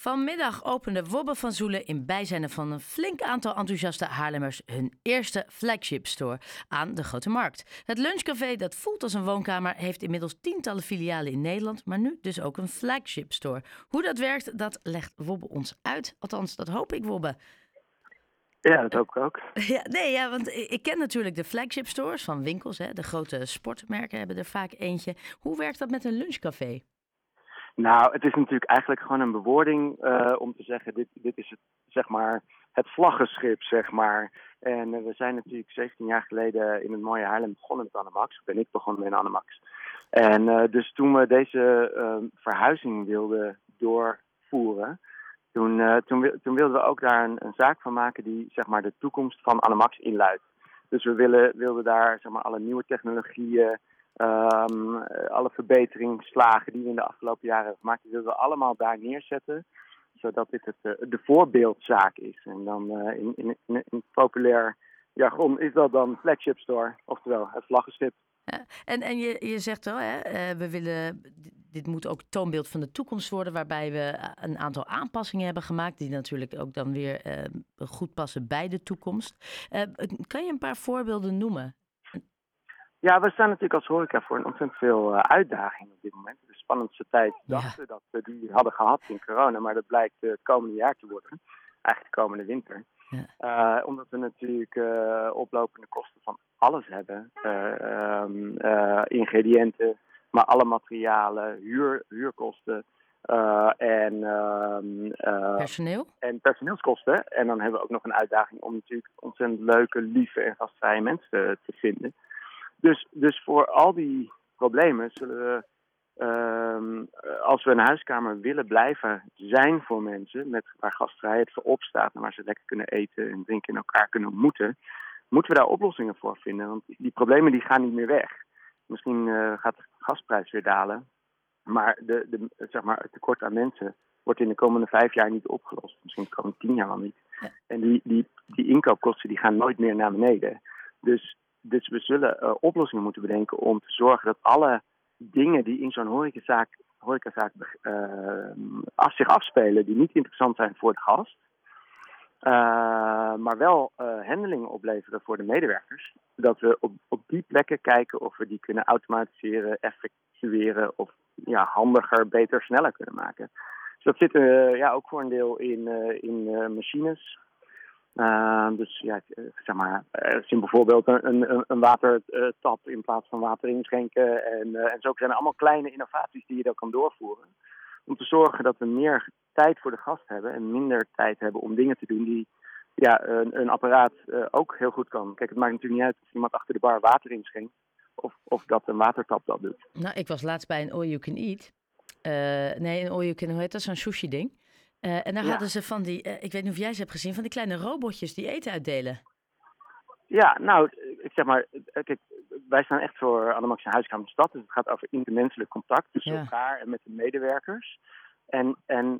Vanmiddag opende Wobbe van Zoelen in bijzijn van een flink aantal enthousiaste Haarlemmers hun eerste flagship store aan de Grote Markt. Het lunchcafé, dat voelt als een woonkamer, heeft inmiddels tientallen filialen in Nederland, maar nu dus ook een flagship store. Hoe dat werkt, dat legt Wobbe ons uit. Althans, dat hoop ik, Wobbe. Ja, dat hoop ik ook. Ja, want ik ken natuurlijk de flagship stores van winkels. Hè. De grote sportmerken hebben er vaak eentje. Hoe werkt dat met een lunchcafé? Nou, het is natuurlijk eigenlijk gewoon een bewoording om te zeggen, dit is het, zeg maar, het vlaggenschip, zeg maar. En we zijn natuurlijk 17 jaar geleden in het mooie Haarlem begonnen met Annemax. Ben ik begonnen met Annemax. En dus toen we deze verhuizing wilden doorvoeren, toen wilden we ook daar een zaak van maken die, zeg maar, de toekomst van Annemax inluidt. Dus we wilden daar, zeg maar, alle nieuwe technologieën, alle verbeteringsslagen die we in de afgelopen jaren hebben gemaakt, die willen we allemaal daar neerzetten, zodat dit de voorbeeldzaak is. En dan in populair jargon is dat dan flagship store, oftewel het vlaggenschip. Ja, en je zegt wel, hè, dit moet ook toonbeeld van de toekomst worden, waarbij we een aantal aanpassingen hebben gemaakt, die natuurlijk ook dan weer goed passen bij de toekomst. Kan je een paar voorbeelden noemen? Ja, we staan natuurlijk als horeca voor een ontzettend veel uitdagingen op dit moment. De spannendste tijd dachten dat we die hadden gehad in corona, maar dat blijkt het komende jaar te worden. Eigenlijk de komende winter. Ja. Omdat we natuurlijk oplopende kosten van alles hebben. Ingrediënten, maar alle materialen, huurkosten en personeel? En personeelskosten. En dan hebben we ook nog een uitdaging om natuurlijk ontzettend leuke, lieve en gastvrije mensen te vinden. Dus voor al die problemen zullen we, als we een huiskamer willen blijven zijn voor mensen, waar gastvrijheid voorop staat en waar ze lekker kunnen eten en drinken en elkaar kunnen ontmoeten, moeten we daar oplossingen voor vinden. Want die problemen die gaan niet meer weg. Misschien gaat de gasprijs weer dalen, maar zeg maar, het tekort aan mensen wordt in de komende 5 jaar niet opgelost. Misschien de komende 10 jaar wel niet. Ja. En die inkoopkosten die gaan nooit meer naar beneden. Dus we zullen oplossingen moeten bedenken om te zorgen dat alle dingen die in zo'n horecazaak zich afspelen, die niet interessant zijn voor de gast, maar wel handelingen opleveren voor de medewerkers, dat we op die plekken kijken of we die kunnen automatiseren, effectueren of handiger, beter, sneller kunnen maken. Dus dat zit ook voor een deel in machines. Dus ja, zeg maar, simpel voorbeeld een watertap in plaats van water inschenken. En zo zijn er allemaal kleine innovaties die je dan kan doorvoeren. Om te zorgen dat we meer tijd voor de gast hebben en minder tijd hebben om dingen te doen die een apparaat ook heel goed kan. Kijk, het maakt natuurlijk niet uit of iemand achter de bar water inschenkt of dat een watertap dat doet. Nou, ik was laatst bij een All You Can Eat. Een All You Can, hoe heet dat? Zo'n sushi ding. En daar hadden ze van die, ik weet niet of jij ze hebt gezien, van die kleine robotjes die eten uitdelen. Ja, nou, ik zeg maar, kijk, wij staan echt voor Annemax en Huiskamer Stad. Dus het gaat over intermenselijk contact tussen elkaar en met de medewerkers. En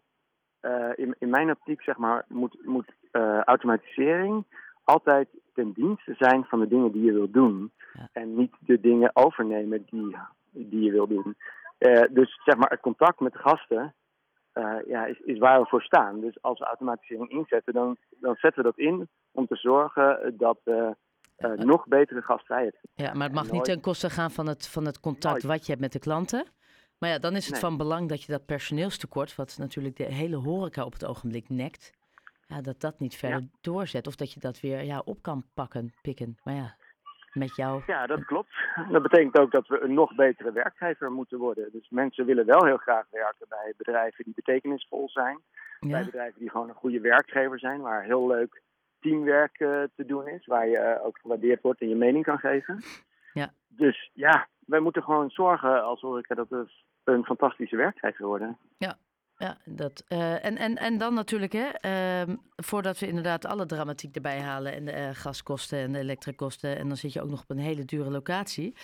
in mijn optiek, zeg maar, moet automatisering altijd ten dienste zijn van de dingen die je wil doen. Ja. En niet de dingen overnemen die je wil doen. Dus zeg maar, het contact met de gasten is waar we voor staan. Dus als we automatisering inzetten, dan zetten we dat in om te zorgen dat we nog betere gastvrijheid hebben. Ja, maar het mag niet ten koste gaan van het contact wat je hebt met de klanten. Maar ja, dan is het van belang dat je dat personeelstekort, wat natuurlijk de hele horeca op het ogenblik nekt, dat niet verder doorzet. Of dat je dat weer op kan pikken. Maar ja, met jou. Ja, dat klopt. Dat betekent ook dat we een nog betere werkgever moeten worden. Dus mensen willen wel heel graag werken bij bedrijven die betekenisvol zijn. Ja. Bij bedrijven die gewoon een goede werkgever zijn, waar heel leuk teamwerk te doen is. Waar je ook gewaardeerd wordt en je mening kan geven. Ja. Dus ja, wij moeten gewoon zorgen als horeca dat we een fantastische werkgever worden. Ja. Ja, en dan natuurlijk, voordat we inderdaad alle dramatiek erbij halen en de gaskosten en de elektrikosten, en dan zit je ook nog op een hele dure locatie.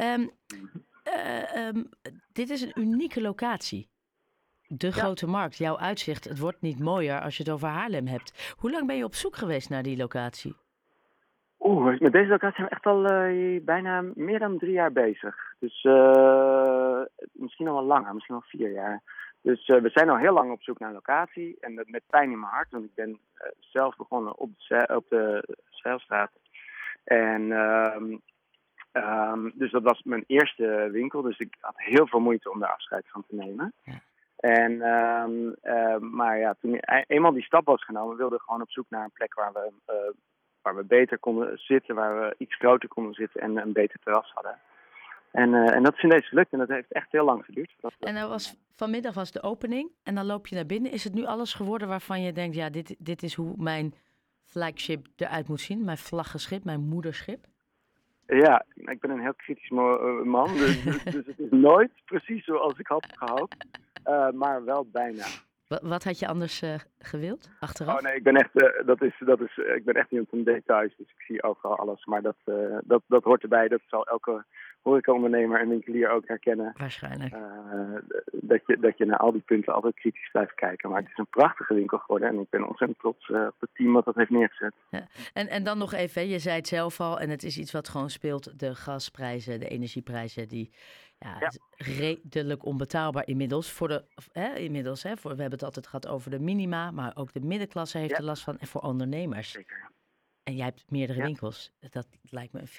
Dit is een unieke locatie. De Grote Markt, jouw uitzicht, het wordt niet mooier als je het over Haarlem hebt. Hoe lang ben je op zoek geweest naar die locatie? Met deze locatie zijn we echt al bijna meer dan 3 jaar bezig. Dus misschien al wel langer, misschien al 4 jaar. Dus we zijn al heel lang op zoek naar een locatie. En dat met pijn in mijn hart, want ik ben zelf begonnen op de Zeilstraat. En dus dat was mijn eerste winkel. Dus ik had heel veel moeite om daar afscheid van te nemen. Ja. En, maar ja, toen eenmaal die stap was genomen, wilden we gewoon op zoek naar een plek waar we beter konden zitten, waar we iets groter konden zitten en een beter terras hadden. En dat is ineens gelukt en dat heeft echt heel lang geduurd. En vanmiddag was de opening en dan loop je naar binnen. Is het nu alles geworden waarvan je denkt, ja, dit is hoe mijn flagship eruit moet zien? Mijn vlaggenschip, mijn moederschip? Ja, ik ben een heel kritisch man, dus het is nooit precies zoals ik had gehoopt, maar wel bijna. Wat had je anders gewild, achteraf? Oh nee, ik ben echt, ik ben echt niet op een details, dus ik zie overal alles. Maar dat hoort erbij, dat zal elke horecaondernemer en winkelier ook herkennen. Waarschijnlijk. Dat je naar al die punten altijd kritisch blijft kijken. Maar het is een prachtige winkel geworden en ik ben ontzettend trots op het team wat dat heeft neergezet. Ja. En dan nog even, je zei het zelf al, en het is iets wat gewoon speelt. De gasprijzen, de energieprijzen, die redelijk onbetaalbaar inmiddels. We hebben het altijd gehad over de minima, maar ook de middenklasse heeft er last van. En voor ondernemers. Zeker. En jij hebt meerdere winkels. Dat lijkt me een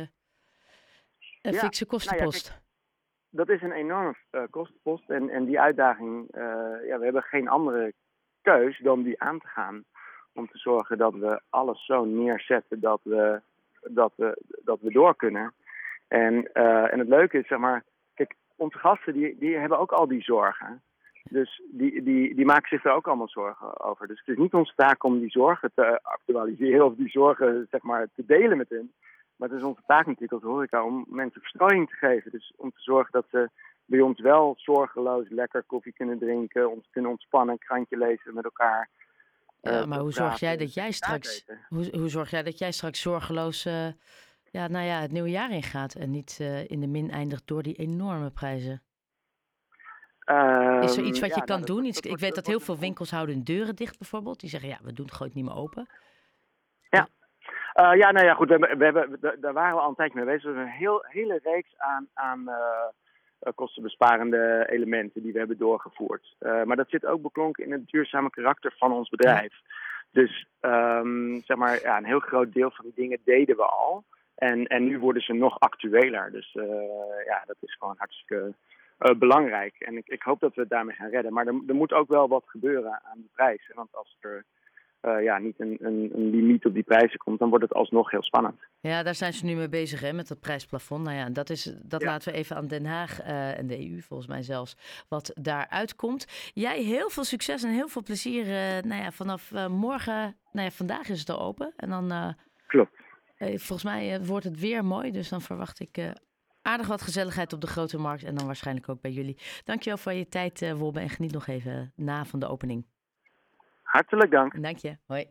fikse kostenpost. Nou ja, dat is een enorme kostenpost. En die uitdaging, we hebben geen andere keus dan die aan te gaan. Om te zorgen dat we alles zo neerzetten dat we door kunnen. En het leuke is, zeg maar, kijk, onze gasten die hebben ook al die zorgen. Dus die maken zich er ook allemaal zorgen over. Dus het is niet onze taak om die zorgen te actualiseren of die zorgen, zeg maar, te delen met hen. Maar het is onze taak natuurlijk als horeca om mensen verstrooiing te geven. Dus om te zorgen dat ze bij ons wel zorgeloos lekker koffie kunnen drinken, ons kunnen ontspannen, een krantje lezen met elkaar. Ja, maar hoe zorg jij dat jij straks zorgeloos het nieuwe jaar ingaat en niet in de min eindigt door die enorme prijzen? Is er iets wat je kan doen? Ik weet dat heel veel winkels houden hun deuren dicht bijvoorbeeld. Die zeggen, we doen het gewoon niet meer open. Ja. Goed, daar waren we al een tijdje mee bezig. We hebben een hele reeks aan kostenbesparende elementen die we hebben doorgevoerd. Maar dat zit ook beklonken in het duurzame karakter van ons bedrijf. Ja. Dus een heel groot deel van die dingen deden we al. En nu worden ze nog actueler. Dus dat is gewoon hartstikke belangrijk. En ik hoop dat we het daarmee gaan redden. Maar er moet ook wel wat gebeuren aan de prijzen. Want als er niet een limiet op die prijzen komt, dan wordt het alsnog heel spannend. Ja, daar zijn ze nu mee bezig, hè, met dat prijsvanaf. Nou ja, dat laten we even aan Den Haag en de EU volgens mij zelfs, wat daaruit komt. Jij heel veel succes en heel veel plezier. Vanaf morgen, vandaag is het al open. En dan klopt. Volgens mij wordt het weer mooi, dus dan verwacht ik aardig wat gezelligheid op de Grote Markt en dan waarschijnlijk ook bij jullie. Dankjewel voor je tijd, Wolbe, en geniet nog even na van de opening. Hartelijk dank. Dank je. Hoi.